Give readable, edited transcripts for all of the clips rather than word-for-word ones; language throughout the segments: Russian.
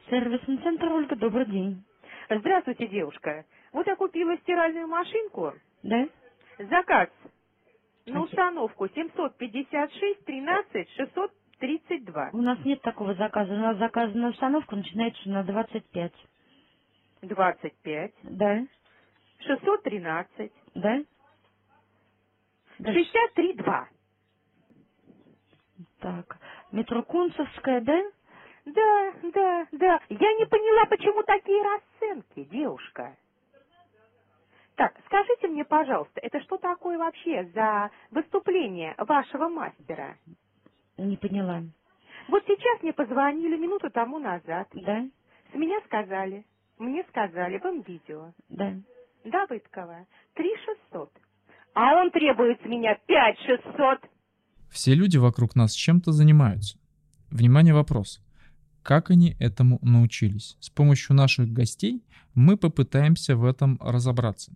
Сервисный центр, Ольга, добрый день. Здравствуйте, девушка. Вот я купила стиральную машинку. Да? Заказ на установку 756-13-632. У нас нет такого заказа. У нас заказ на установку начинается на 25. 25. Да? 613. Да? 63-2. Так, метро Кунцевская, да? Да. Я не поняла, почему такие расценки, девушка. Так, скажите мне, пожалуйста, это что такое вообще за выступление вашего мастера? Не поняла. Вот сейчас мне позвонили минуту тому назад. Да? Мне сказали в видео. Да. Давыдкова, 3600. А он требует с меня 5600. Все люди вокруг нас чем-то занимаются. Внимание, вопрос. Как они этому научились? С помощью наших гостей мы попытаемся в этом разобраться.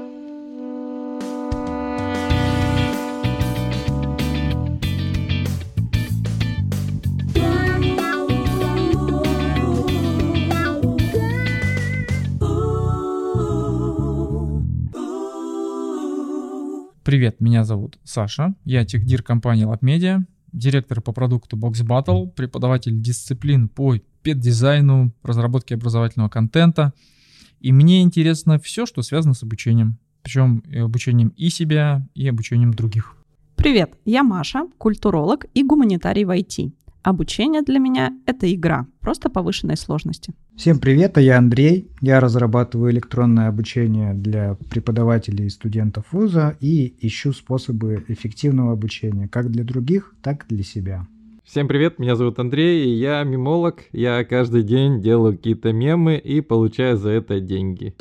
Привет, меня зовут Саша, я техдир компании LabMedia, директор по продукту BoxBattle, преподаватель дисциплин по педдизайну, разработке образовательного контента. И мне интересно все, что связано с обучением. Причем и обучением и себя, и обучением других. Привет, я Маша, культуролог и гуманитарий в IT. Обучение для меня – это игра, просто повышенной сложности. Всем привет, я Андрей. Я разрабатываю электронное обучение для преподавателей и студентов вуза и ищу способы эффективного обучения как для других, так и для себя. Всем привет, меня зовут Андрей, и я мемолог. Я каждый день делаю какие-то мемы и получаю за это деньги.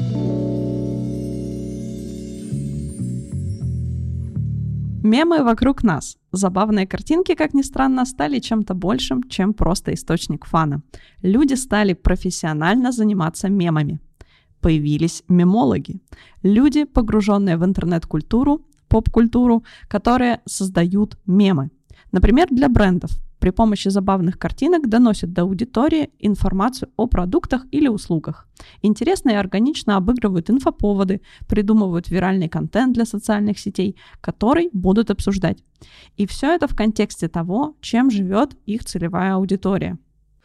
Мемы вокруг нас. Забавные картинки, как ни странно, стали чем-то большим, чем просто источник фана. Люди стали профессионально заниматься мемами. Появились мемологи. Люди, погруженные в интернет-культуру, поп-культуру, которые создают мемы. Например, для брендов. При помощи забавных картинок доносят до аудитории информацию о продуктах или услугах. Интересно и органично обыгрывают инфоповоды, придумывают виральный контент для социальных сетей, который будут обсуждать. И все это в контексте того, чем живет их целевая аудитория.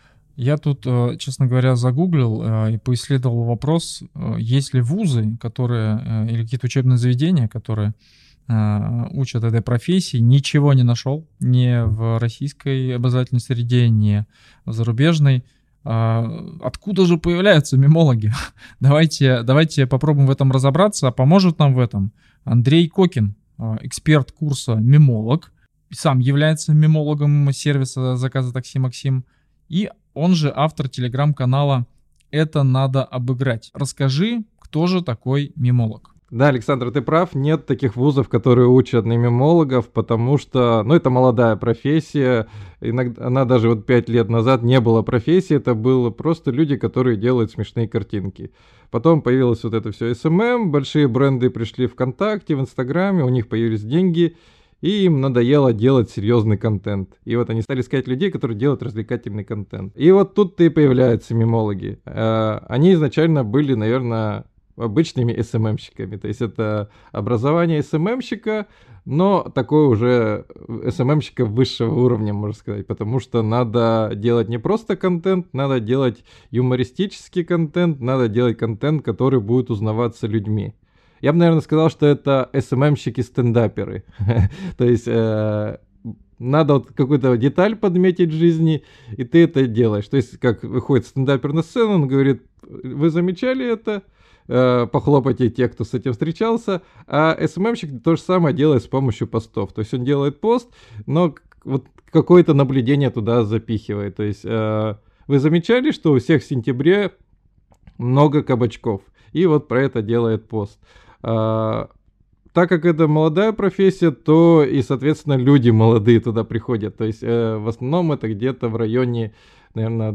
Я тут, честно говоря, загуглил и поисследовал вопрос, есть ли вузы, которые, или какие-то учебные заведения, которые учат этой профессии, ничего не нашел, ни в российской образовательной среде, ни в зарубежной. Откуда же появляются мемологи? Давайте попробуем в этом разобраться. Поможет нам в этом Андрей Кокин, эксперт курса «Мемолог», сам является мемологом сервиса заказа такси «Максим», и он же автор телеграм-канала «Это надо обыграть». Расскажи, кто же такой мемолог? Да, Александр, ты прав, нет таких вузов, которые учат на мемологов, потому что, это молодая профессия, иногда, она даже 5 лет назад не была профессией, это было просто люди, которые делают смешные картинки. Потом появилось это все SMM, большие бренды пришли ВКонтакте, в Инстаграме, у них появились деньги, и им надоело делать серьезный контент. И они стали искать людей, которые делают развлекательный контент. И тут-то и появляются мемологи. Они изначально были, наверное, обычными SMM-щиками. То есть это образование SMM-щика, но такое уже SMM-щика высшего уровня, можно сказать. Потому что надо делать не просто контент, надо делать юмористический контент, надо делать контент, который будет узнаваться людьми. Я бы, наверное, сказал, что это SMM-щики-стендаперы. То есть надо какую-то деталь подметить в жизни, и ты это делаешь. То есть как выходит стендапер на сцену, он говорит: вы замечали это? Похлопайте те, кто с этим встречался. А SMM-щик то же самое делает с помощью постов. То есть он делает пост, но какое-то наблюдение туда запихивает. То есть вы замечали, что у всех в сентябре много кабачков? И про это делает пост. Так как это молодая профессия, то и, соответственно, люди молодые туда приходят. То есть в основном это где-то в районе, наверное,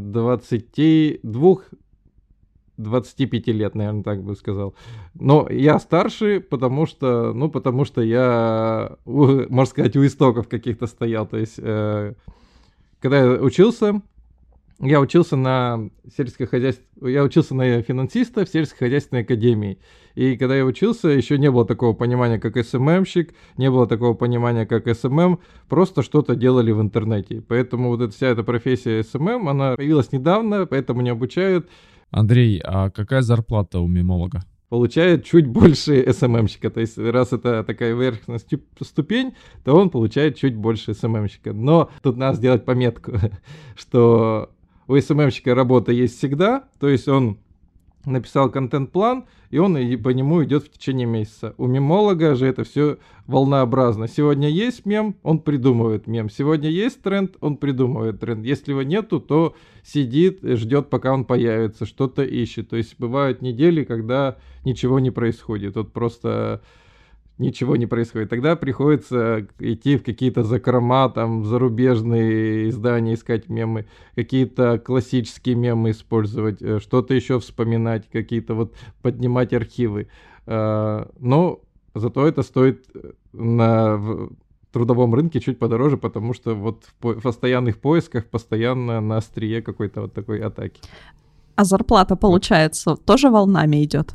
22-25 лет, наверное, так бы сказал. Но я старше, потому что я, можно сказать, у истоков каких-то стоял. То есть, когда я учился, я учился на финансиста в сельскохозяйственной академии. И когда я учился, еще не было такого понимания, как СММщик, не было такого понимания, как СММ, просто что-то делали в интернете. Поэтому вот вся эта профессия СММ, она появилась недавно, поэтому не обучают. Андрей, а какая зарплата у мемолога? Получает чуть больше СММщика. То есть, раз это такая верхняя ступень, то он получает чуть больше СММщика. Но тут надо сделать пометку, что у СММщика работа есть всегда, то есть он написал контент-план, и он по нему идет в течение месяца. У мемолога же это все волнообразно. Сегодня есть мем, он придумывает мем. Сегодня есть тренд, он придумывает тренд. Если его нету, то сидит, ждет, пока он появится, что-то ищет. То есть бывают недели, когда ничего не происходит. Вот просто ничего не происходит. Тогда приходится идти в какие-то закрома, там, в зарубежные издания искать мемы, какие-то классические мемы использовать, что-то еще вспоминать, какие-то вот поднимать архивы. Но зато это стоит в трудовом рынке чуть подороже, потому что вот в постоянных поисках постоянно на острие какой-то вот такой атаки. А зарплата, получается, тоже волнами идет?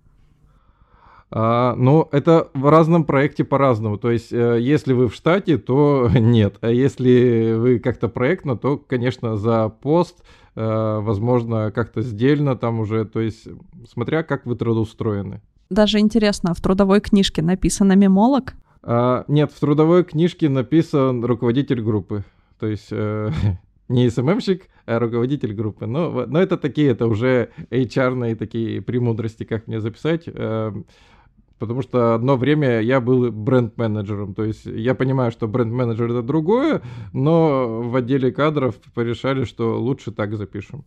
Но это в разном проекте по-разному. То есть, если вы в штате, то нет. А если вы как-то проектно, то, конечно, за пост, возможно, как-то сдельно там уже. То есть, смотря как вы трудоустроены. Даже интересно, в трудовой книжке написано «мемолог»? Нет, в трудовой книжке написан руководитель группы. То есть... Не СММщик, а руководитель группы. Но это такие, это уже HR-ные такие премудрости, как мне записать. Потому что одно время я был бренд-менеджером. То есть я понимаю, что бренд-менеджер это другое, но в отделе кадров порешали, что лучше так запишем.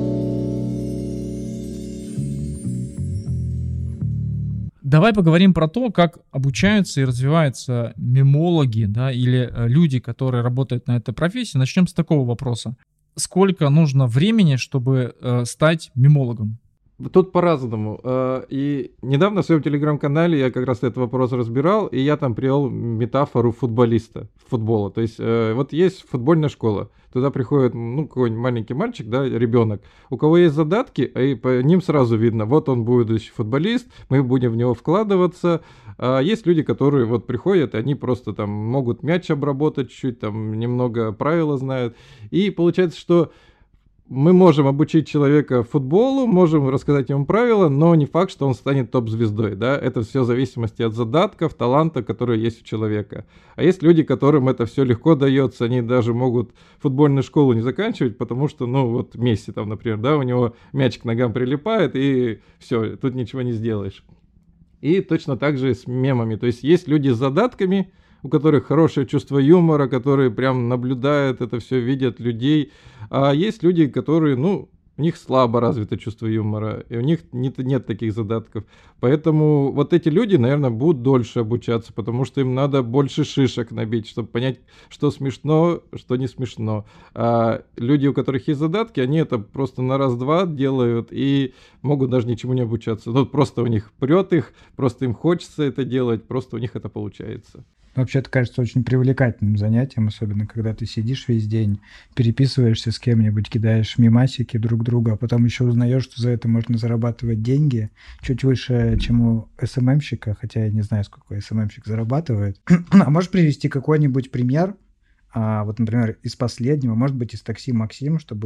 Давай поговорим про то, как обучаются и развиваются мемологи, да, или люди, которые работают на этой профессии. Начнем с такого вопроса. Сколько нужно времени, чтобы стать мемологом? Тут по-разному. И недавно в своем телеграм-канале я как раз этот вопрос разбирал, и я там привел метафору футбола. То есть вот есть футбольная школа, туда приходит какой-нибудь маленький мальчик, да, ребенок, у кого есть задатки, и по ним сразу видно, вот он будущий футболист, мы будем в него вкладываться. А есть люди, которые вот приходят, и они просто там могут мяч обработать чуть-чуть, там немного правила знают, и получается, что мы можем обучить человека футболу, можем рассказать ему правила, но не факт, что он станет топ-звездой, да, это все в зависимости от задатков, таланта, которые есть у человека. А есть люди, которым это все легко дается, они даже могут футбольную школу не заканчивать, потому что, вот Месси там, например, да, у него мяч к ногам прилипает, и все, тут ничего не сделаешь. И точно так же с мемами, то есть есть люди с задатками, у которых хорошее чувство юмора, которые прям наблюдают это все, видят людей. А есть люди, которые, у них слабо развито чувство юмора, и у них нет таких задатков. Поэтому вот эти люди, наверное, будут дольше обучаться, потому что им надо больше шишек набить, чтобы понять, что смешно, что не смешно. А люди, у которых есть задатки, они это просто на раз-два делают и могут даже ничему не обучаться. Просто у них прет их, просто им хочется это делать, просто у них это получается. Вообще, это кажется очень привлекательным занятием, особенно когда ты сидишь весь день, переписываешься с кем-нибудь, кидаешь мемасики друг друга, а потом еще узнаешь, что за это можно зарабатывать деньги чуть выше, чем у СММщика, хотя я не знаю, сколько СММщик зарабатывает. А можешь привести какой-нибудь пример, вот, например, из последнего, может быть, из «Такси Максим», чтобы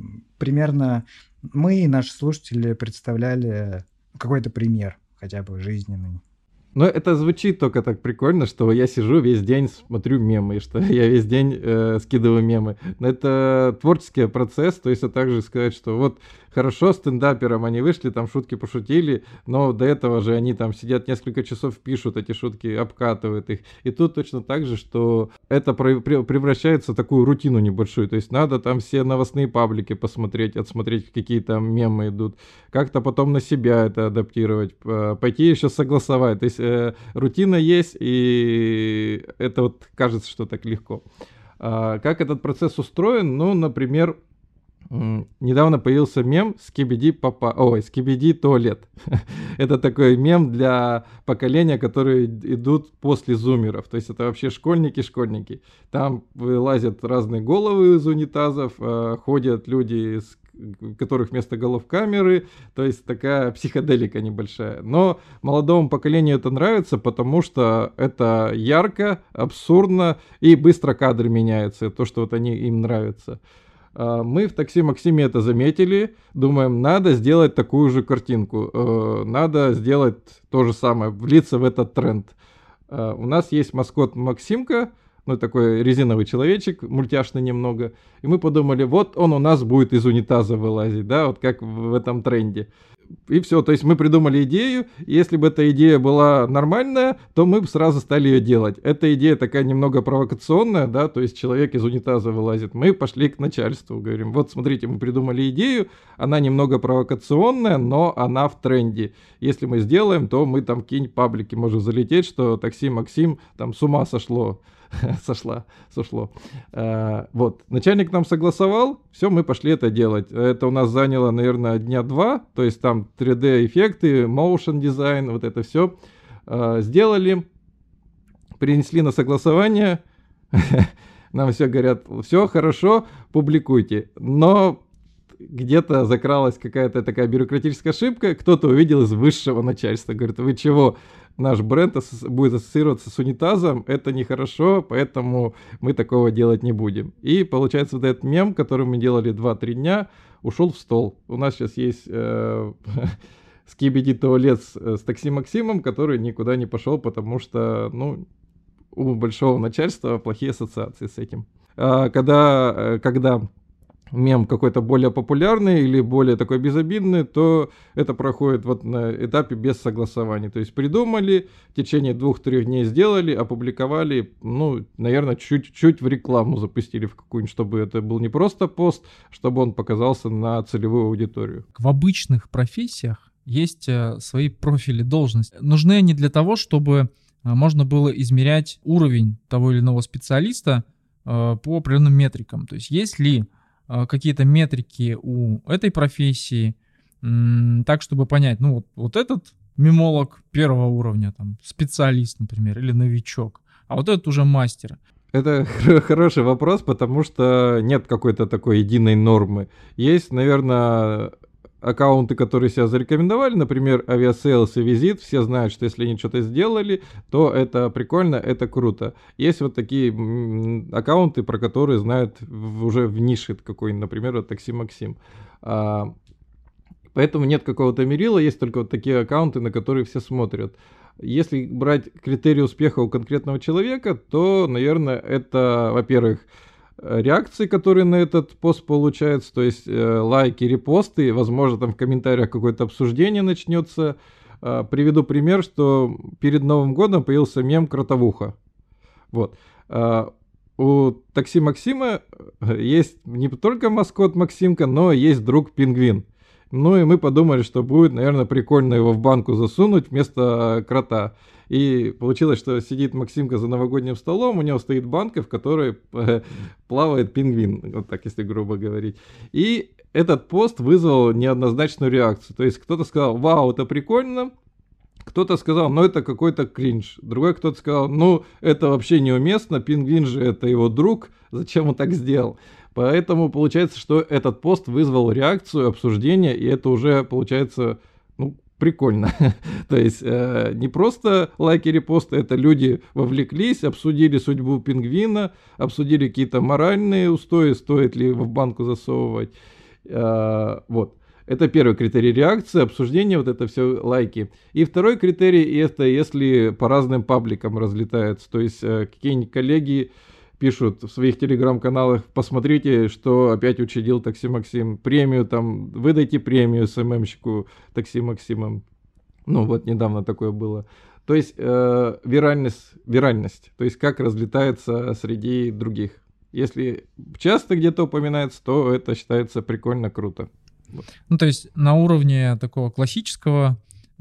примерно мы и наши слушатели представляли какой-то пример, хотя бы жизненный. Но это звучит только так прикольно, что я сижу весь день, смотрю мемы, что я весь день скидываю мемы. Но это творческий процесс, то есть также сказать, что вот хорошо стендаперам они вышли, там шутки пошутили, но до этого же они там сидят несколько часов, пишут эти шутки, обкатывают их. И тут точно так же, что это превращается в такую рутину небольшую, то есть надо там все новостные паблики посмотреть, отсмотреть, какие там мемы идут, как-то потом на себя это адаптировать, пойти еще согласовать, то есть рутина есть, и это вот кажется, что так легко. Как этот процесс устроен? Например, недавно появился мем Скибиди туалет. Это такой мем для поколения, которые идут после зумеров. То есть это вообще школьники. Там вылазят разные головы из унитазов, ходят люди, у которых вместо голов камеры. То есть такая психоделика небольшая. Но молодому поколению это нравится, потому что это ярко, абсурдно и быстро кадры меняются. То, что вот им нравится. Мы в «Такси Максиме» это заметили, думаем, надо сделать такую же картинку, надо сделать то же самое, влиться в этот тренд. У нас есть маскот Максимка, ну такой резиновый человечек, мультяшный немного, и мы подумали, вот он у нас будет из унитаза вылазить, да, вот как в этом тренде. И все, то есть мы придумали идею, и если бы эта идея была нормальная, то мы бы сразу стали ее делать. Эта идея такая немного провокационная, да, то есть человек из унитаза вылазит. Мы пошли к начальству, говорим, вот смотрите, мы придумали идею, она немного провокационная, но она в тренде. Если мы сделаем, то мы там какие-нибудь паблики можем залететь, что «Такси Максим» там с ума сошло. Сошло. Вот. Начальник нам согласовал, все, мы пошли это делать. Это у нас заняло, наверное, дня 2, то есть там 3D-эффекты, motion дизайн, вот это все сделали, принесли на согласование, нам все говорят, все хорошо, публикуйте. Но где-то закралась какая-то такая бюрократическая ошибка, кто-то увидел из высшего начальства, говорит, вы чего? Наш бренд будет ассоциироваться с унитазом, это нехорошо, поэтому мы такого делать не будем. И получается, вот этот мем, который мы делали 2-3 дня, ушел в стол. У нас сейчас есть Скибиди туалет с «Такси Максимом», который никуда не пошел, потому что, ну, у большого начальства плохие ассоциации с этим. Когда мем какой-то более популярный или более такой безобидный, то это проходит вот на этапе без согласования. То есть придумали, в течение 2-3 дней сделали, опубликовали, ну, наверное, чуть-чуть в рекламу запустили в какую-нибудь, чтобы это был не просто пост, чтобы он показался на целевую аудиторию. В обычных профессиях есть свои профили должности. Нужны они для того, чтобы можно было измерять уровень того или иного специалиста по определенным метрикам. То есть есть ли какие-то метрики у этой профессии, так, чтобы понять, ну вот этот мемолог первого уровня, там, специалист, например, или новичок, а вот этот уже мастер. Это хороший вопрос, потому что нет какой-то такой единой нормы. Есть, наверное, аккаунты, которые себя зарекомендовали, например, Aviasales и Визит, все знают, что если они что-то сделали, то это прикольно, это круто. Есть вот такие аккаунты, про которые знают уже в нише какой-нибудь, например, вот Такси Максим. Поэтому нет какого-то мерила, есть только вот такие аккаунты, на которые все смотрят. Если брать критерии успеха у конкретного человека, то, наверное, это, во-первых, реакции, которые на этот пост получаются, то есть лайки, репосты, возможно, там в комментариях какое-то обсуждение начнется. Приведу пример, что перед Новым годом появился мем «Кротовуха». Вот. У Такси Максима есть не только маскот Максимка, но есть друг Пингвин. Ну и мы подумали, что будет, наверное, прикольно его в банку засунуть вместо крота. И получилось, что сидит Максимка за новогодним столом, у него стоит банка, в которой плавает пингвин, вот так, если грубо говорить. И этот пост вызвал неоднозначную реакцию. То есть кто-то сказал, вау, это прикольно, кто-то сказал, ну это какой-то кринж. Другой кто-то сказал, ну это вообще неуместно, пингвин же это его друг, зачем он так сделал? Поэтому получается, что этот пост вызвал реакцию, обсуждение, и это уже получается, ну, прикольно. То есть не просто лайки, репосты, это люди вовлеклись, обсудили судьбу пингвина, обсудили какие-то моральные устои, стоит ли его в банку засовывать. Вот. Это первый критерий реакции, обсуждение, вот это все лайки. И второй критерий, это если по разным пабликам разлетается. То есть какие-нибудь коллеги пишут в своих телеграм-каналах, посмотрите, что опять учредил Такси Максим, премию там, выдайте премию СММщику Такси Максимом. Ну вот недавно такое было. То есть виральность, то есть как разлетается среди других. Если часто где-то упоминается, то это считается прикольно, круто. Вот. Ну то есть на уровне такого классической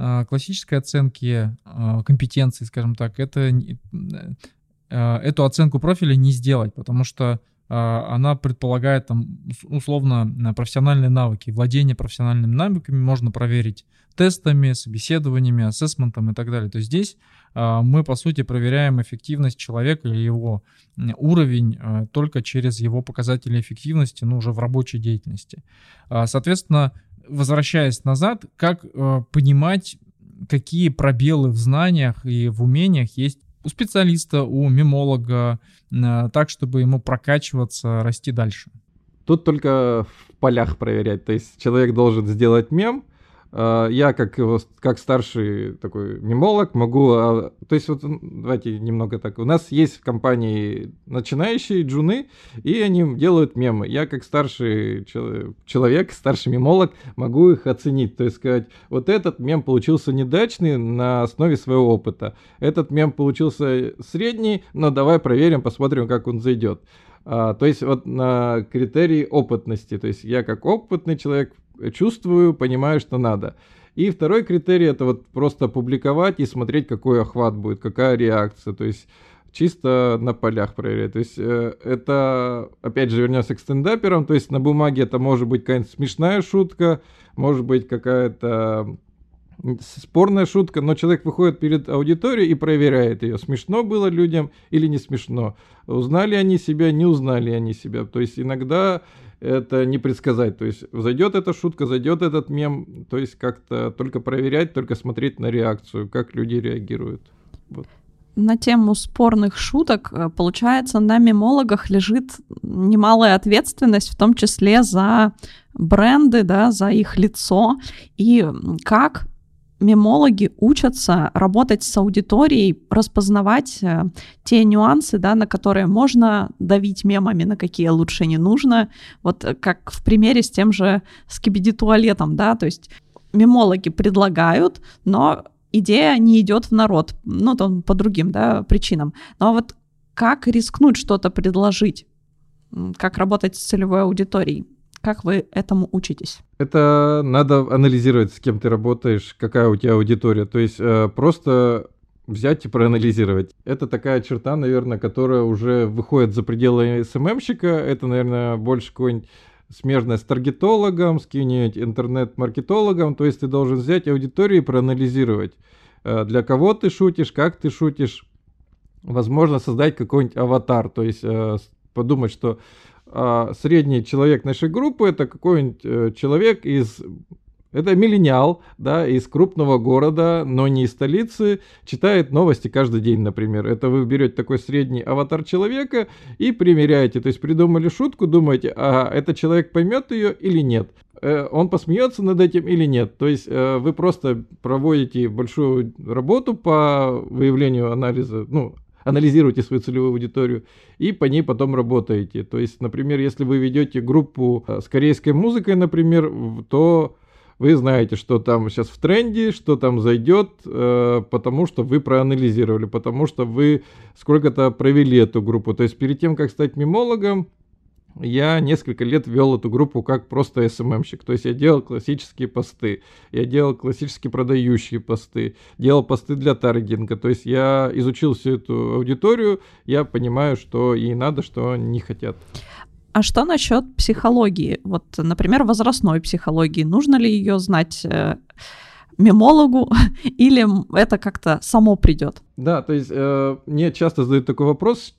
оценки компетенции, скажем так, эту оценку профиля не сделать, потому что она предполагает там условно профессиональные навыки. Владение профессиональными навыками можно проверить тестами, собеседованиями, ассессментом и так далее. То есть здесь мы, по сути, проверяем эффективность человека или его уровень только через его показатели эффективности, ну, уже в рабочей деятельности. Соответственно, возвращаясь назад, как понимать, какие пробелы в знаниях и в умениях есть у специалиста, у мемолога, так, чтобы ему прокачиваться, расти дальше? Тут только в полях проверять. То есть человек должен сделать мем. Я как старший такой мемолог могу... То есть вот давайте немного так. У нас есть в компании начинающие джуны, и они делают мемы. Я как старший человек, старший мемолог, могу их оценить. То есть сказать, вот этот мем получился недачный на основе своего опыта. Этот мем получился средний, но давай проверим, посмотрим, как он зайдет. То есть вот на критерии опытности. То есть я как опытный человек чувствую, понимаю, что надо. И второй критерий — это вот просто публиковать и смотреть, какой охват будет, какая реакция. То есть чисто на полях проверять. То есть это, опять же, вернемся к стендаперам. То есть на бумаге это может быть какая-нибудь смешная шутка, может быть какая-то спорная шутка, но человек выходит перед аудиторией и проверяет ее, смешно было людям или не смешно, узнали они себя, не узнали они себя. То есть иногда это не предсказать, то есть зайдет эта шутка, зайдет этот мем, то есть как-то только проверять, только смотреть на реакцию, как люди реагируют. Вот. На тему спорных шуток, получается, на мемологах лежит немалая ответственность, в том числе за бренды, да, за их лицо, и как мемологи учатся работать с аудиторией, распознавать те нюансы, да, на которые можно давить мемами, на какие лучше не нужно. Вот как в примере с тем же скибиди-туалетом, да, то есть мемологи предлагают, но идея не идет в народ, ну, там, по другим, да, причинам. Но вот как рискнуть что-то предложить, как работать с целевой аудиторией? Как вы этому учитесь? Это надо анализировать, с кем ты работаешь, какая у тебя аудитория. То есть просто взять и проанализировать. Это такая черта, наверное, которая уже выходит за пределы СММщика. Это, наверное, больше какой-нибудь смежное с таргетологом, с каким-нибудь интернет-маркетологом. То есть ты должен взять аудиторию и проанализировать, для кого ты шутишь, как ты шутишь. Возможно, создать какой-нибудь аватар. То есть подумать, что средний человек нашей группы — это какой-нибудь человек это миллениал, да, из крупного города, но не из столицы, читает новости каждый день, например. Это вы берете такой средний аватар человека и примеряете. То есть придумали шутку, думаете, этот человек поймет ее или нет. Он посмеется над этим или нет. То есть вы просто проводите большую работу по выявлению анализа, анализируете свою целевую аудиторию и по ней потом работаете. То есть, например, если вы ведете группу с корейской музыкой, например, то вы знаете, что там сейчас в тренде, что там зайдет, потому что вы проанализировали, потому что вы сколько-то провели эту группу. То есть перед тем, как стать мемологом, я несколько лет вел эту группу как просто СММщик. То есть я делал классические посты, я делал классические продающие посты, делал посты для таргетинга. То есть я изучил всю эту аудиторию, я понимаю, что ей надо, что они не хотят. А что насчет психологии? Вот, например, возрастной психологии. Нужно ли ее знать мемологу, или это как-то само придет? Да, то есть мне часто задают такой вопрос,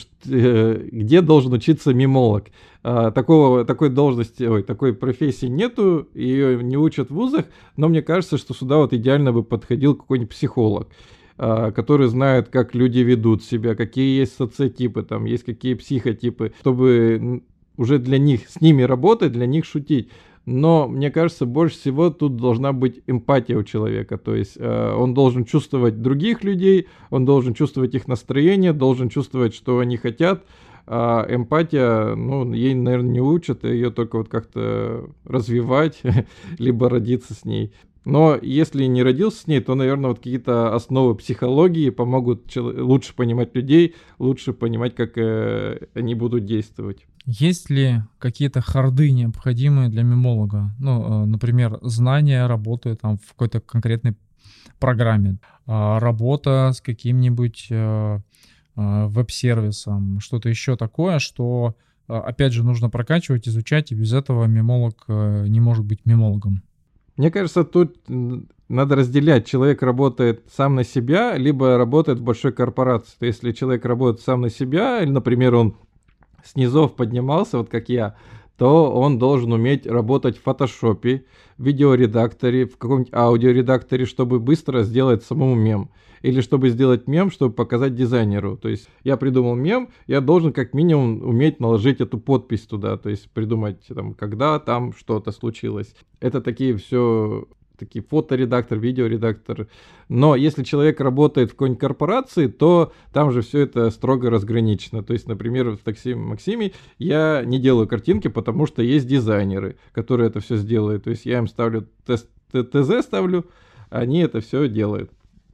где должен учиться мемолог. Такой должности, такой профессии нету, ее не учат в вузах, но мне кажется, что сюда вот идеально бы подходил какой-нибудь психолог, который знает, как люди ведут себя, какие есть социотипы, там есть какие психотипы, чтобы уже для них, с ними работать, для них шутить. Но, мне кажется, больше всего тут должна быть эмпатия у человека. То есть он должен чувствовать других людей, он должен чувствовать их настроение, должен чувствовать, что они хотят. А эмпатия, ей, наверное, не учат, ее только вот как-то развивать, либо родиться с ней. Но если не родился с ней, то, наверное, вот какие-то основы психологии помогут лучше понимать людей, лучше понимать, как они будут действовать. Есть ли какие-то харды, необходимые для мемолога? Например, знания работы там в какой-то конкретной программе, работа с каким-нибудь веб-сервисом, что-то еще такое, что опять же, нужно прокачивать, изучать, и без этого мемолог не может быть мемологом. Мне кажется, тут надо разделять. Человек работает сам на себя, либо работает в большой корпорации. То есть, если человек работает сам на себя, или, например, он с низов поднимался, вот как я, то он должен уметь работать в фотошопе, в видеоредакторе, в каком-нибудь аудиоредакторе, чтобы быстро сделать самому мем. Или чтобы сделать мем, чтобы показать дизайнеру. То есть я придумал мем, я должен как минимум уметь наложить эту подпись туда. То есть придумать, там, когда там что-то случилось. Это такие фоторедактор, видеоредактор. Но если человек работает в какой-нибудь корпорации, то там же все это строго разграничено. То есть, например, в такси Максиме я не делаю картинки, потому что есть дизайнеры, которые это все сделают. То есть я им ставлю ТЗ, они это все делают.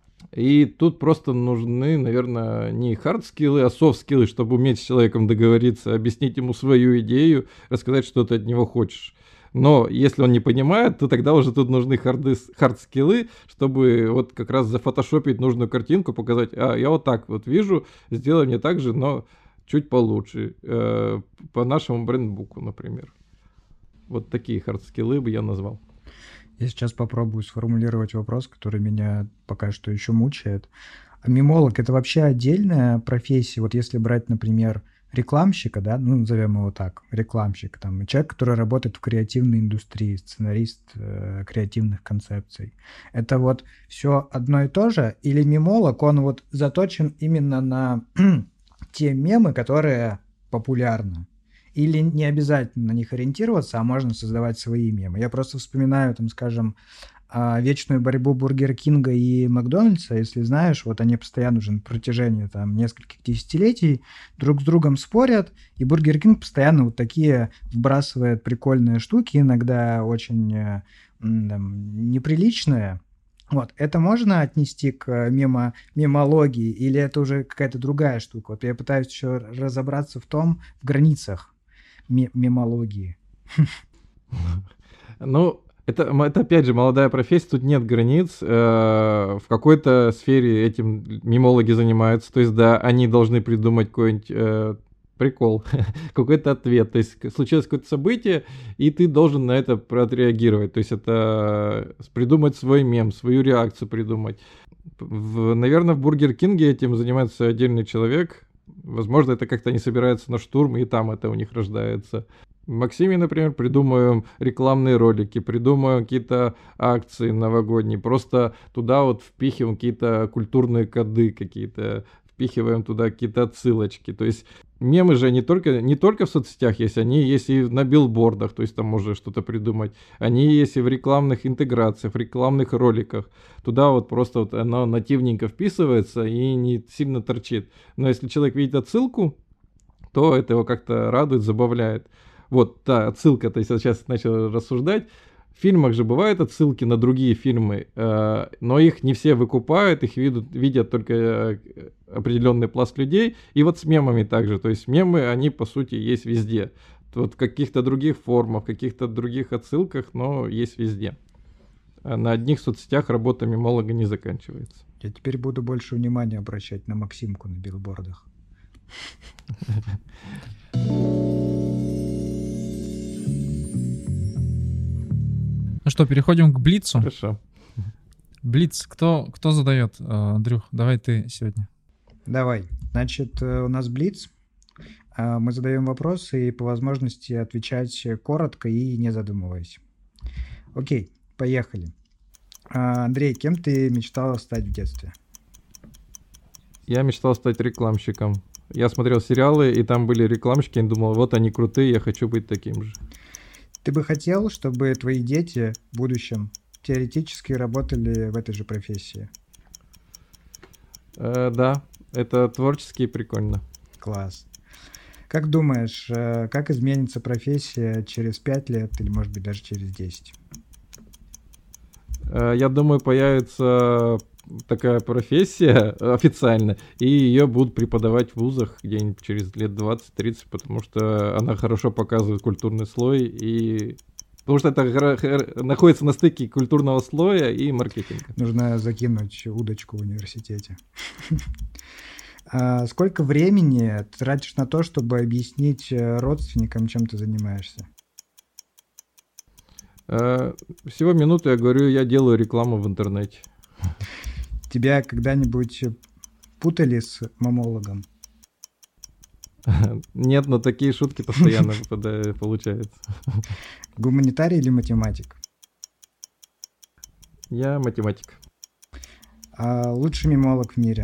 И тут просто нужны, наверное, не хард-скиллы, а софт-скиллы, чтобы уметь с человеком договориться, объяснить ему свою идею, рассказать, что ты от него хочешь. Но если он не понимает, то тогда уже тут нужны хард-скиллы, чтобы вот как раз зафотошопить нужную картинку, показать, я вот так вот вижу, сделай мне так же, но чуть получше, по нашему брендбуку, например. Вот такие хард-скиллы бы я назвал. Я сейчас попробую сформулировать вопрос, который меня пока что еще мучает. А мемолог — это вообще отдельная профессия? Вот если брать, например, рекламщика, да, ну, назовем его так, рекламщик, там, человек, который работает в креативной индустрии, сценарист креативных концепций. Это вот все одно и то же? Или мемолог, он вот заточен именно на те мемы, которые популярны? Или не обязательно на них ориентироваться, а можно создавать свои мемы? Я просто вспоминаю, там, скажем, вечную борьбу Бургер Кинга и Макдональдса. Если знаешь, вот они постоянно уже на протяжении там нескольких десятилетий друг с другом спорят, и Бургер Кинг постоянно вот такие вбрасывает прикольные штуки, иногда очень неприличные. Вот, это можно отнести к мемологии, или это уже какая-то другая штука? Вот я пытаюсь еще разобраться в границах мемологии. Ну, это опять же молодая профессия, тут нет границ. В какой-то сфере этим мемологи занимаются. То есть, да, они должны придумать какой-нибудь прикол, какой-то ответ. То есть случилось какое-то событие, и ты должен на это отреагировать. То есть это придумать свой мем, свою реакцию придумать. Наверное, в Бургер Кинге этим занимается отдельный человек. Возможно, это как-то они собираются на штурм, и там это у них рождается. В Максиме, например, придумываем рекламные ролики, придумываем какие-то акции новогодние, просто туда вот впихиваем какие-то культурные коды какие-то, впихиваем туда какие-то отсылочки. То есть мемы же не только в соцсетях есть, они есть и на билбордах, то есть там можно что-то придумать. Они есть и в рекламных интеграциях, в рекламных роликах. Туда вот просто вот оно нативненько вписывается и не сильно торчит. Но если человек видит отсылку, то это его как-то радует, забавляет. Вот, та отсылка, то есть я сейчас начал рассуждать. В фильмах же бывают отсылки на другие фильмы, но их не все выкупают, их видят только определенный пласт людей. И вот с мемами также. То есть мемы, они по сути есть везде. Вот в каких-то других формах, в каких-то других отсылках, но есть везде. А на одних соцсетях работа мемолога не заканчивается. Я теперь буду больше внимания обращать на Максимку на билбордах. Ну что, переходим к Блицу. Хорошо. Блиц, кто задает? Андрюх, давай ты сегодня. Давай. Значит, у нас Блиц. Мы задаем вопросы и по возможности отвечать коротко и не задумываясь. Окей, поехали. Андрей, кем ты мечтал стать в детстве? Я мечтал стать рекламщиком. Я смотрел сериалы, и там были рекламщики, и думал, вот они крутые, я хочу быть таким же. Ты бы хотел, чтобы твои дети в будущем теоретически работали в этой же профессии? Да, это творчески и прикольно. Класс. Как думаешь, как изменится профессия через 5 лет или, может быть, даже через 10? Я думаю, появится такая профессия официально, и ее будут преподавать в вузах где-нибудь через лет 20-30, потому что она хорошо показывает культурный слой, и потому что это находится на стыке культурного слоя и маркетинга. Нужно закинуть удочку в университете. Сколько времени ты тратишь на то, чтобы объяснить родственникам, чем ты занимаешься? Всего минуту я говорю, я делаю рекламу в интернете. Тебя когда-нибудь путали с мамологом? Нет, но такие шутки постоянно получаются. Гуманитарий или математик? Я математик. Лучший мемолог в мире?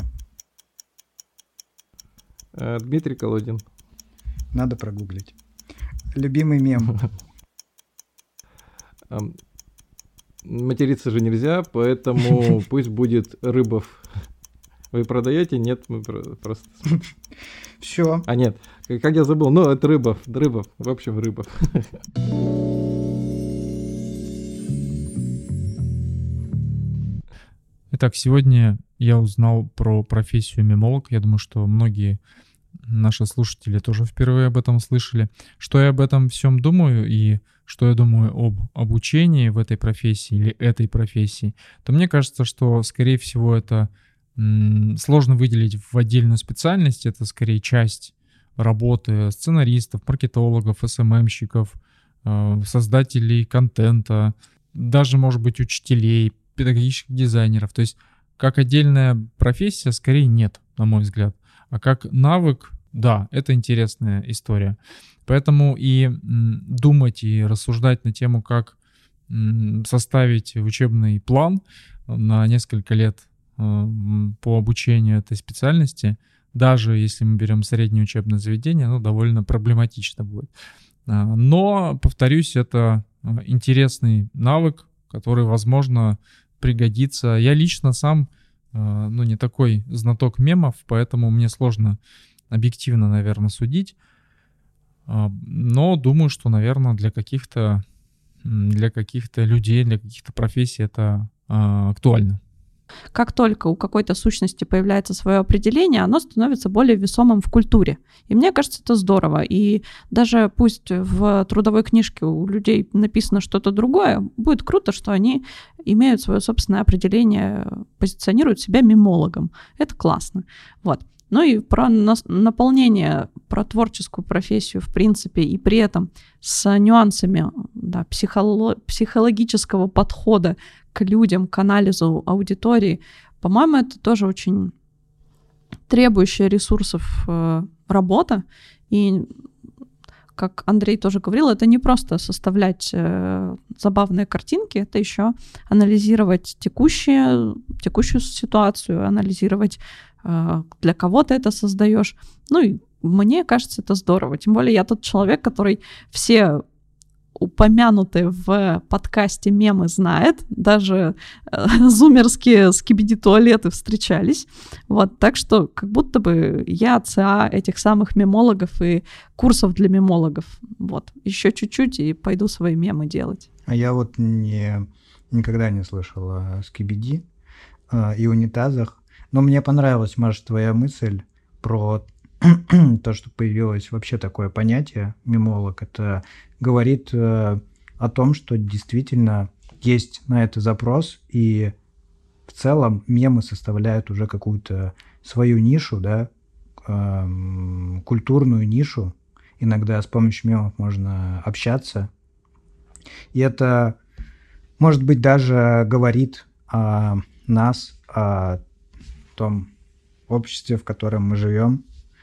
Дмитрий Колодин. Надо прогуглить. Любимый мем? Материться же нельзя, поэтому пусть будет Рыбов. Вы продаете? Нет, мы просто... Все. Нет, как я забыл, ну, это Рыбов, в общем, Рыбов. Итак, сегодня я узнал про профессию мемолог. Я думаю, что многие наши слушатели тоже впервые об этом слышали. Что я об этом всем думаю и что я думаю об обучении в этой профессии или этой профессии, то мне кажется, что, скорее всего, это сложно выделить в отдельную специальность. Это скорее часть работы сценаристов, маркетологов, СММщиков, создателей контента, даже, может быть, учителей, педагогических дизайнеров. То есть как отдельная профессия скорее нет, на мой взгляд. А как навык, да, это интересная история. Поэтому и думать, и рассуждать на тему, как составить учебный план на несколько лет по обучению этой специальности, даже если мы берем среднее учебное заведение, оно довольно проблематично будет. Но, повторюсь, это интересный навык, который, возможно, пригодится. Я лично сам, не такой знаток мемов, поэтому мне сложно объективно, наверное, судить. Но думаю, что, наверное, для каких-то людей, для каких-то профессий это актуально. Как только у какой-то сущности появляется свое определение, оно становится более весомым в культуре. И мне кажется, это здорово. И даже пусть в трудовой книжке у людей написано что-то другое, будет круто, что они имеют свое собственное определение, позиционируют себя мемологом. Это классно. Вот. Ну и про наполнение, про творческую профессию в принципе, и при этом с нюансами психологического подхода к людям, к анализу аудитории. По-моему, это тоже очень требующая ресурсов работа. И, как Андрей тоже говорил, это не просто составлять забавные картинки, это еще анализировать текущую ситуацию, анализировать, для кого ты это создаешь. Ну и мне кажется, это здорово. Тем более я тот человек, который все упомянутые в подкасте мемы знает, даже зумерские скибиди-туалеты встречались. Вот, так что как будто бы я ЦА этих самых мемологов и курсов для мемологов. Вот, еще чуть-чуть и пойду свои мемы делать. А я вот никогда не слышал о скибиди и унитазах, но мне понравилась, Маша, твоя мысль про то, что появилось вообще такое понятие мемолог. Это говорит о том, что действительно есть на это запрос, и в целом мемы составляют уже какую-то свою нишу, да, культурную нишу. Иногда с помощью мемов можно общаться. И это, может быть, даже говорит о нас, о том обществе, в котором мы живем,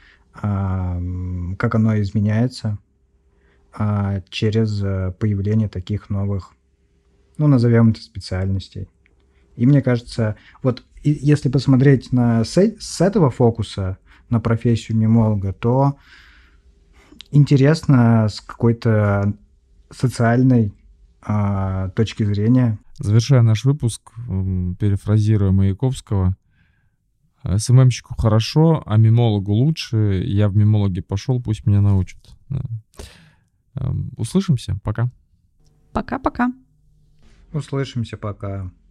как оно изменяется через появление таких новых, назовем это, специальностей. И мне кажется, вот если посмотреть с этого фокуса на профессию мемолога, то интересно с какой-то социальной точки зрения. Завершая наш выпуск, перефразируя Маяковского: СММщику хорошо, а мемологу лучше. Я в мемологи пошел, пусть меня научат. Да. Услышимся. Пока. Пока-пока. Услышимся. Пока.